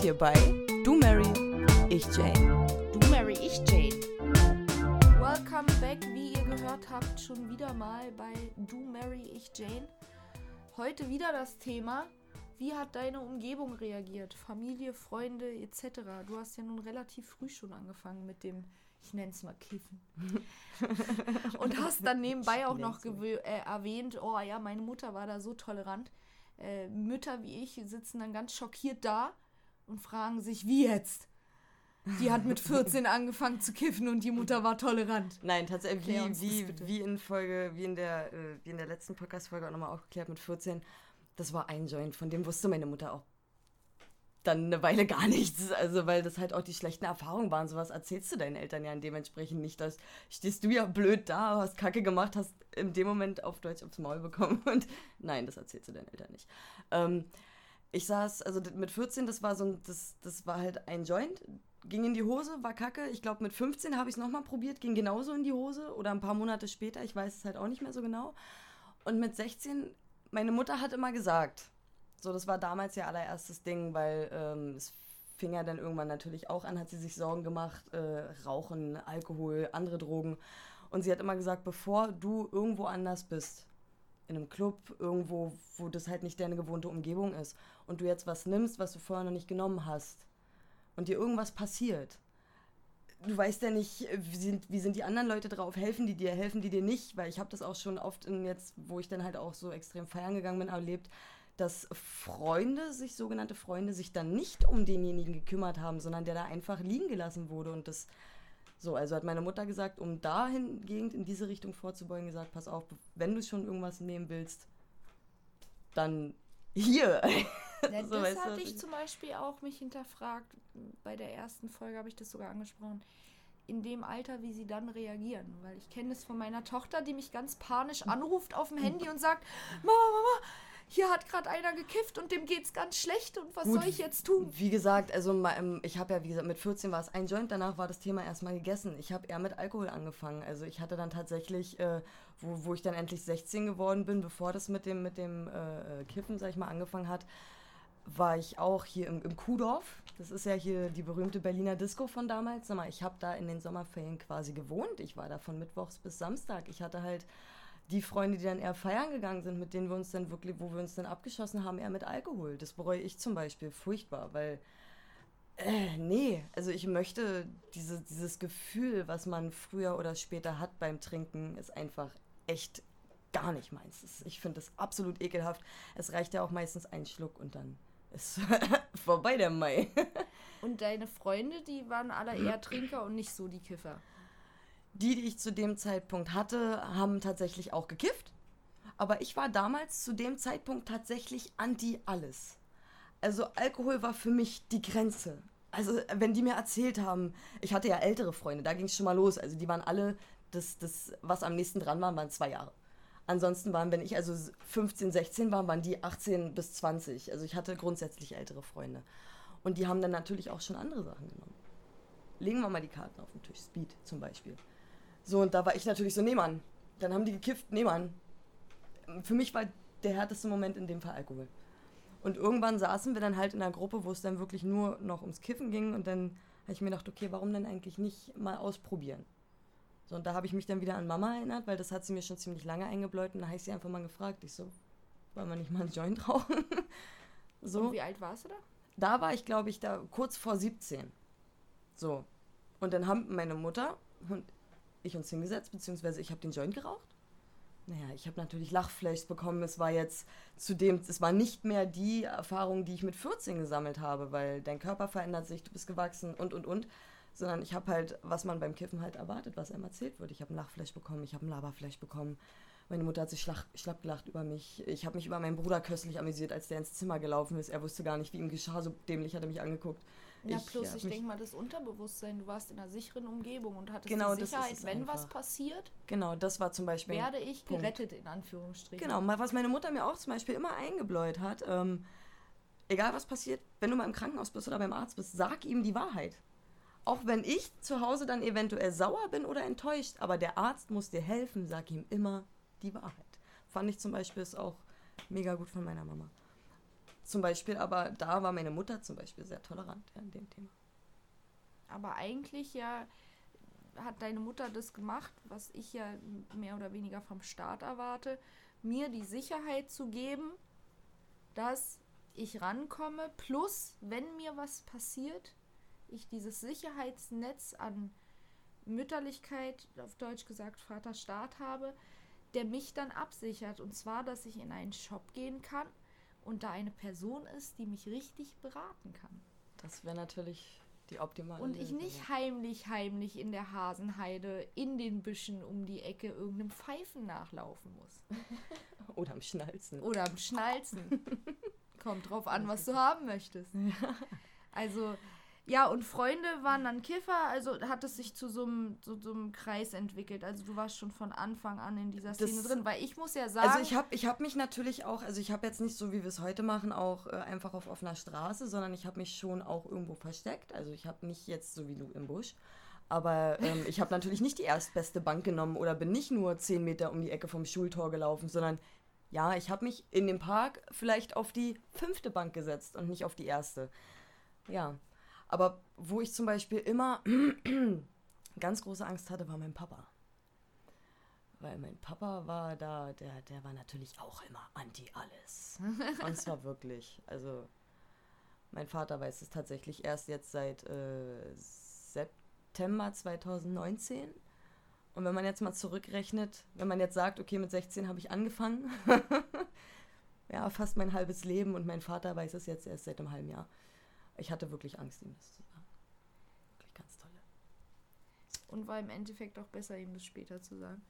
hier bei Du Mary, ich Jane. Du Mary, ich Jane. Welcome back, wie ihr gehört habt, schon wieder mal bei Du Mary, ich Jane. Heute wieder das Thema, wie hat deine Umgebung reagiert? Familie, Freunde etc. Du hast ja nun relativ früh schon angefangen mit dem, ich nenne es mal Kiffen. Und hast dann nebenbei auch noch erwähnt, oh ja, meine Mutter war da so tolerant. Mütter wie ich sitzen dann ganz schockiert da und fragen sich, wie jetzt? Die hat mit 14 angefangen zu kiffen und die Mutter war tolerant. Nein, tatsächlich, wie in der letzten Podcast-Folge auch nochmal aufgeklärt mit 14, das war ein Joint, von dem wusste meine Mutter auch dann eine Weile gar nichts, also weil das halt auch die schlechten Erfahrungen waren, sowas erzählst du deinen Eltern ja dementsprechend nicht, da stehst du ja blöd da, hast Kacke gemacht, hast in dem Moment auf Deutsch aufs Maul bekommen und nein, das erzählst du deinen Eltern nicht. Ich saß, also mit 14, das war halt ein Joint, ging in die Hose, war Kacke, ich glaube mit 15 habe ich es nochmal probiert, ging genauso in die Hose oder ein paar Monate später, ich weiß es halt auch nicht mehr so genau und mit 16, meine Mutter hat immer gesagt, so, das war damals ihr allererstes Ding, weil es fing ja dann irgendwann natürlich auch an, hat sie sich Sorgen gemacht, Rauchen, Alkohol, andere Drogen. Und sie hat immer gesagt, bevor du irgendwo anders bist, in einem Club, irgendwo, wo das halt nicht deine gewohnte Umgebung ist und du jetzt was nimmst, was du vorher noch nicht genommen hast und dir irgendwas passiert, du weißt ja nicht, wie sind die anderen Leute drauf, helfen die dir nicht, weil ich habe das auch schon oft jetzt, wo ich dann halt auch so extrem feiern gegangen bin, erlebt, dass sogenannte Freunde, sich dann nicht um denjenigen gekümmert haben, sondern der da einfach liegen gelassen wurde. Und das, so, also hat meine Mutter gesagt, um dahingehend in diese Richtung vorzubeugen, gesagt, pass auf, wenn du schon irgendwas nehmen willst, dann hier. Ja, so, das hatte ich zum Beispiel auch mich hinterfragt, bei der ersten Folge habe ich das sogar angesprochen, in dem Alter, wie sie dann reagieren. Weil ich kenne es von meiner Tochter, die mich ganz panisch anruft auf dem Handy und sagt, Mama, hier hat gerade einer gekifft und dem geht's ganz schlecht und was soll ich jetzt tun? Wie gesagt, also ich habe ja, wie gesagt, mit 14 war es ein Joint, danach war das Thema erstmal gegessen. Ich habe eher mit Alkohol angefangen. Also ich hatte dann tatsächlich, wo ich dann endlich 16 geworden bin, bevor das mit dem Kiffen, sag ich mal, angefangen hat, war ich auch hier im Kuhdorf. Das ist ja hier die berühmte Berliner Disco von damals. Sag mal, ich habe da in den Sommerferien quasi gewohnt. Ich war da von Mittwochs bis Samstag. Ich hatte halt die Freunde, die dann eher feiern gegangen sind, mit denen wir uns dann wirklich, wo wir uns dann abgeschossen haben, eher mit Alkohol. Das bereue ich zum Beispiel furchtbar, weil, nee, also ich möchte dieses Gefühl, was man früher oder später hat beim Trinken, ist einfach echt gar nicht meins. Ich finde das absolut ekelhaft. Es reicht ja auch meistens ein Schluck und dann ist vorbei der Mai. Und deine Freunde, die waren alle eher Trinker und nicht so die Kiffer? Die ich zu dem Zeitpunkt hatte, haben tatsächlich auch gekifft. Aber ich war damals zu dem Zeitpunkt tatsächlich anti alles. Also Alkohol war für mich die Grenze. Also wenn die mir erzählt haben, ich hatte ja ältere Freunde, da ging es schon mal los. Also die waren alle, das was am nächsten dran waren 2 Jahre. Ansonsten wenn ich also 15, 16 war, waren die 18 bis 20. Also ich hatte grundsätzlich ältere Freunde. Und die haben dann natürlich auch schon andere Sachen genommen. Legen wir mal die Karten auf den Tisch. Speed zum Beispiel. So, und da war ich natürlich so, nee, Mann. Dann haben die gekifft, nee, Mann. Für mich war der härteste Moment in dem Fall Alkohol. Und irgendwann saßen wir dann halt in einer Gruppe, wo es dann wirklich nur noch ums Kiffen ging. Und dann habe ich mir gedacht, okay, warum denn eigentlich nicht mal ausprobieren? So, und da habe ich mich dann wieder an Mama erinnert, weil das hat sie mir schon ziemlich lange eingebläut. Und da habe ich sie einfach mal gefragt. Ich so, wollen wir nicht mal einen Joint rauchen? So. Und wie alt warst du da? Da war ich, glaube ich, da kurz vor 17. So. Und dann haben meine Mutter und ich uns hingesetzt, beziehungsweise ich habe den Joint geraucht. Naja, ich habe natürlich Lachfleisch bekommen. Es war nicht mehr die Erfahrung, die ich mit 14 gesammelt habe, weil dein Körper verändert sich, du bist gewachsen und. Sondern ich habe halt, was man beim Kiffen halt erwartet, was einem erzählt wird. Ich habe ein Lachfleisch bekommen, ich habe ein Laberfleisch bekommen. Meine Mutter hat sich schlapp gelacht über mich. Ich habe mich über meinen Bruder köstlich amüsiert, als der ins Zimmer gelaufen ist. Er wusste gar nicht, wie ihm geschah, so dämlich hat er mich angeguckt. Ja, plus ich denke mal, das Unterbewusstsein, du warst in einer sicheren Umgebung und hattest genau, die Sicherheit, wenn einfach was passiert, genau, das war zum Beispiel werde ich gerettet, in Anführungsstrichen. Genau, was meine Mutter mir auch zum Beispiel immer eingebläut hat, egal was passiert, wenn du mal im Krankenhaus bist oder beim Arzt bist, sag ihm die Wahrheit. Auch wenn ich zu Hause dann eventuell sauer bin oder enttäuscht, aber der Arzt muss dir helfen, sag ihm immer die Wahrheit. Fand ich zum Beispiel ist auch mega gut von meiner Mama. zum Beispiel, aber da war meine Mutter zum Beispiel sehr tolerant in dem Thema. Aber eigentlich ja hat deine Mutter das gemacht, was ich ja mehr oder weniger vom Staat erwarte, mir die Sicherheit zu geben, dass ich rankomme, plus, wenn mir was passiert, ich dieses Sicherheitsnetz an Mütterlichkeit, auf Deutsch gesagt Vaterstaat habe, der mich dann absichert. Und zwar, dass ich in einen Shop gehen kann und da eine Person ist, die mich richtig beraten kann. Das wäre natürlich die optimale Und ich nicht heimlich in der Hasenheide in den Büschen um die Ecke irgendeinem Pfeifen nachlaufen muss. Oder am Schnalzen. Kommt drauf an, was du haben möchtest. Also, ja, und Freunde waren dann Kiffer, also hat es sich zu so einem Kreis entwickelt. Also du warst schon von Anfang an in dieser Szene drin, weil ich muss ja sagen... Also ich hab mich natürlich auch, also ich habe jetzt nicht so, wie wir es heute machen, auch einfach auf offener Straße, sondern ich habe mich schon auch irgendwo versteckt. Also ich habe nicht jetzt so wie du im Busch, aber ich habe natürlich nicht die erstbeste Bank genommen oder bin nicht nur 10 Meter um die Ecke vom Schultor gelaufen, sondern ja, ich habe mich in dem Park vielleicht auf die 5. Bank gesetzt und nicht auf die 1. Ja, aber wo ich zum Beispiel immer ganz große Angst hatte, war mein Papa. Weil mein Papa war da, der war natürlich auch immer anti-alles. Und zwar wirklich, also mein Vater weiß es tatsächlich erst jetzt seit September 2019. Und wenn man jetzt mal zurückrechnet, wenn man jetzt sagt, okay, mit 16 habe ich angefangen, ja, fast mein halbes Leben und mein Vater weiß es jetzt erst seit einem halben Jahr. Ich hatte wirklich Angst, ihm das zu sagen. Wirklich ganz toll. Und war im Endeffekt auch besser, ihm das später zu sagen.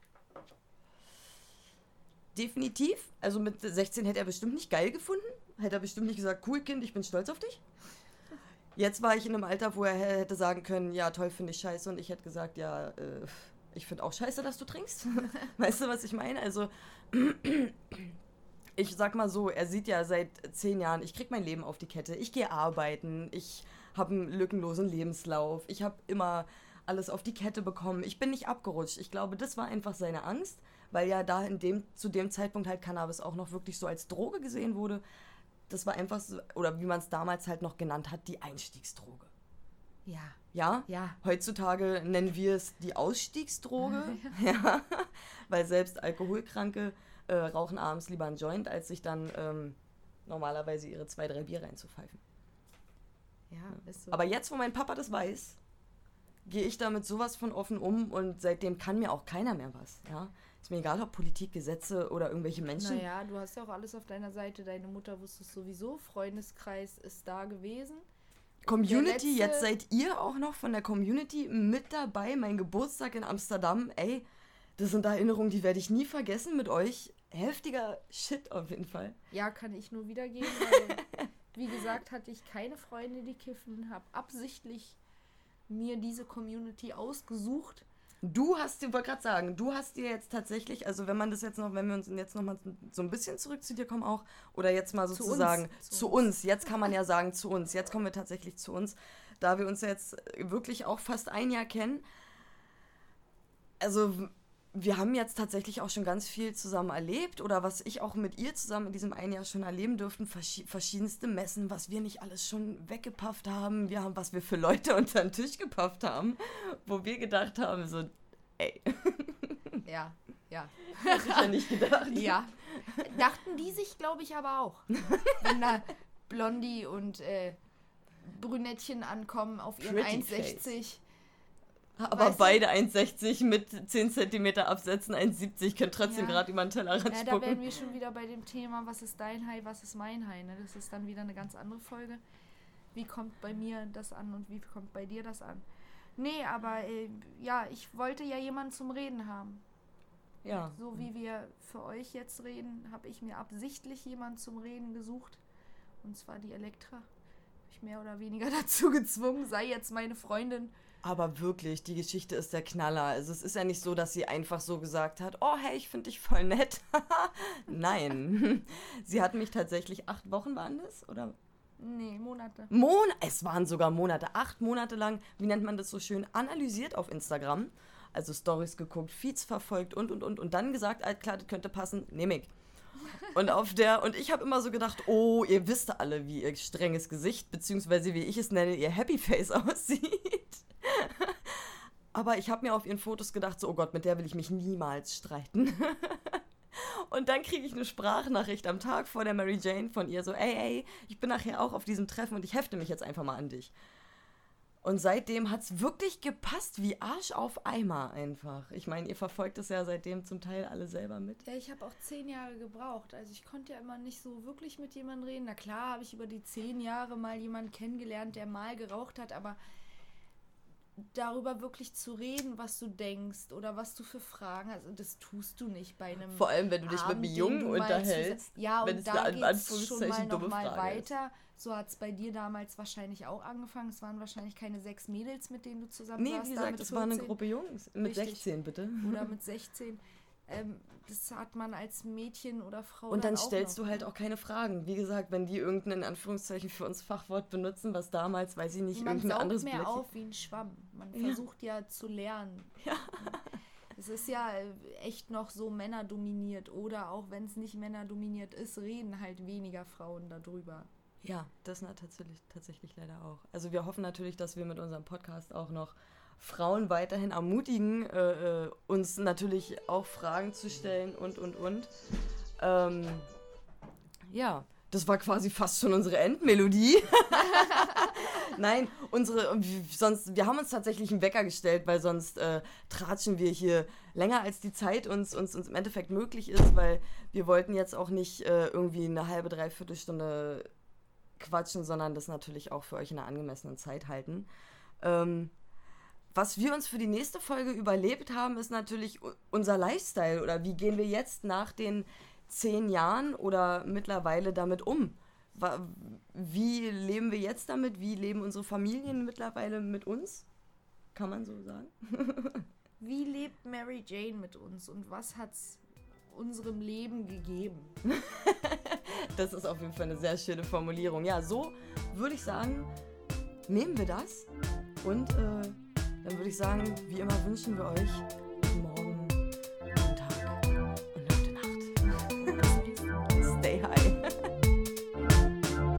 Definitiv. Also mit 16 hätte er bestimmt nicht geil gefunden. Hätte er bestimmt nicht gesagt, cool Kind, ich bin stolz auf dich. Jetzt war ich in einem Alter, wo er hätte sagen können, ja toll, finde ich scheiße. Und ich hätte gesagt, ja, ich finde auch scheiße, dass du trinkst. Weißt du, was ich meine? Also ich sag mal so, er sieht ja seit 10 Jahren, ich krieg mein Leben auf die Kette, ich gehe arbeiten, ich habe einen lückenlosen Lebenslauf, ich habe immer alles auf die Kette bekommen, ich bin nicht abgerutscht. Ich glaube, das war einfach seine Angst, weil ja da zu dem Zeitpunkt halt Cannabis auch noch wirklich so als Droge gesehen wurde. Das war einfach so, oder wie man es damals halt noch genannt hat, die Einstiegsdroge. Ja. Ja? Ja. Heutzutage nennen wir es die Ausstiegsdroge, ja. Weil selbst Alkoholkranke rauchen abends lieber einen Joint, als sich dann normalerweise ihre 2-3 Bier reinzupfeifen. Ja, ist so. Aber jetzt, wo mein Papa das weiß, gehe ich damit sowas von offen um und seitdem kann mir auch keiner mehr was. Ja? Ist mir egal, ob Politik, Gesetze oder irgendwelche Menschen. Naja, du hast ja auch alles auf deiner Seite. Deine Mutter wusste es sowieso. Freundeskreis ist da gewesen. Community, jetzt seid ihr auch noch von der Community mit dabei. Mein Geburtstag in Amsterdam, ey, das sind Erinnerungen, die werde ich nie vergessen mit euch. Heftiger Shit auf jeden Fall. Ja, kann ich nur wiedergeben. Also, wie gesagt, hatte ich keine Freunde, die kiffen. Habe absichtlich mir diese Community ausgesucht. Du hast dir, wollte gerade sagen, du hast dir jetzt tatsächlich, also wenn wir uns jetzt noch mal so ein bisschen zurück zu dir kommen auch, oder jetzt mal sozusagen zu uns, jetzt kann man ja sagen zu uns, jetzt kommen wir tatsächlich zu uns, da wir uns jetzt wirklich auch fast ein Jahr kennen. Also wir haben jetzt tatsächlich auch schon ganz viel zusammen erlebt oder was ich auch mit ihr zusammen in diesem einen Jahr schon erleben durften, verschiedenste Messen, was wir nicht alles schon weggepafft haben, was wir für Leute unter den Tisch gepafft haben, wo wir gedacht haben, so, ey. Ja. Hätte ich ja nicht gedacht. Ja. Dachten die sich, glaube ich, aber auch. Wenn da Blondie und Brünettchen ankommen auf ihren 1,60. Aber weißt beide 1,60 mit 10 cm Absätzen, 1,70, können trotzdem gerade über den Tellerrand spucken. Ja, da wären wir schon wieder bei dem Thema, was ist dein High, was ist mein High, ne? Das ist dann wieder eine ganz andere Folge. Wie kommt bei mir das an und wie kommt bei dir das an? Nee, aber ja, ich wollte ja jemanden zum Reden haben. Ja. So wie wir für euch jetzt reden, habe ich mir absichtlich jemanden zum Reden gesucht. Und zwar die Elektra. Habe ich mehr oder weniger dazu gezwungen, sei jetzt meine Freundin. Aber wirklich, die Geschichte ist der Knaller. Also es ist ja nicht so, dass sie einfach so gesagt hat, oh hey, ich finde dich voll nett. Nein. Sie hat mich tatsächlich 8 Wochen, waren das? Oder? Nee, Monate. Es waren sogar Monate. 8 Monate lang, wie nennt man das so schön, analysiert auf Instagram. Also Stories geguckt, Feeds verfolgt und dann gesagt, klar, das könnte passen, nehme ich. Und ich habe immer so gedacht, oh, ihr wisst alle, wie ihr strenges Gesicht, beziehungsweise wie ich es nenne, ihr Happy Face aussieht. Aber ich habe mir auf ihren Fotos gedacht, so, oh Gott, mit der will ich mich niemals streiten. Und dann kriege ich eine Sprachnachricht am Tag vor der Mary Jane von ihr, so, ey, ich bin nachher auch auf diesem Treffen und ich hefte mich jetzt einfach mal an dich. Und seitdem hat es wirklich gepasst, wie Arsch auf Eimer einfach. Ich meine, ihr verfolgt es ja seitdem zum Teil alle selber mit. Ja, ich habe auch 10 Jahre gebraucht. Also ich konnte ja immer nicht so wirklich mit jemandem reden. Na klar, habe ich über die 10 Jahre mal jemanden kennengelernt, der mal geraucht hat, aber darüber wirklich zu reden, was du denkst oder was du für Fragen hast, das tust du nicht bei einem Vor allem, wenn du dich mit einem Jungen unterhältst. Ja, wenn und es da eine geht es schon mal noch mal Frage weiter. So hat es bei dir damals wahrscheinlich auch angefangen. Es waren wahrscheinlich keine 6 Mädels, mit denen du zusammen saßt. Nee, wie gesagt, es war eine Gruppe Jungs. Mit Richtig. 16, bitte. Oder mit 16. Das hat man als Mädchen oder Frau Und dann auch stellst noch, du halt auch keine Fragen. Wie gesagt, wenn die irgendein, in Anführungszeichen für uns Fachwort benutzen, was damals, weiß ich nicht, man irgendein anderes saugt mehr Blöckchen. auf wie ein Schwamm. Man versucht ja zu lernen. Ja. Es ist ja echt noch so männerdominiert. Oder auch wenn es nicht männerdominiert ist, reden halt weniger Frauen darüber. Ja, das tatsächlich leider auch. Also wir hoffen natürlich, dass wir mit unserem Podcast auch noch Frauen weiterhin ermutigen, uns natürlich auch Fragen zu stellen und. Ja, das war quasi fast schon unsere Endmelodie. Nein, wir haben uns tatsächlich einen Wecker gestellt, weil sonst tratschen wir hier länger, als die Zeit uns im Endeffekt möglich ist, weil wir wollten jetzt auch nicht irgendwie eine halbe, dreiviertel Stunde quatschen, sondern das natürlich auch für euch in einer angemessenen Zeit halten. Was wir uns für die nächste Folge überlegt haben, ist natürlich unser Lifestyle oder wie gehen wir jetzt nach den 10 Jahren oder mittlerweile damit um? Wie leben wir jetzt damit? Wie leben unsere Familien mittlerweile mit uns? Kann man so sagen? Wie lebt Mary Jane mit uns und was hat's unserem Leben gegeben? Das ist auf jeden Fall eine sehr schöne Formulierung. Ja, so würde ich sagen, nehmen wir das und dann würde ich sagen, wie immer wünschen wir euch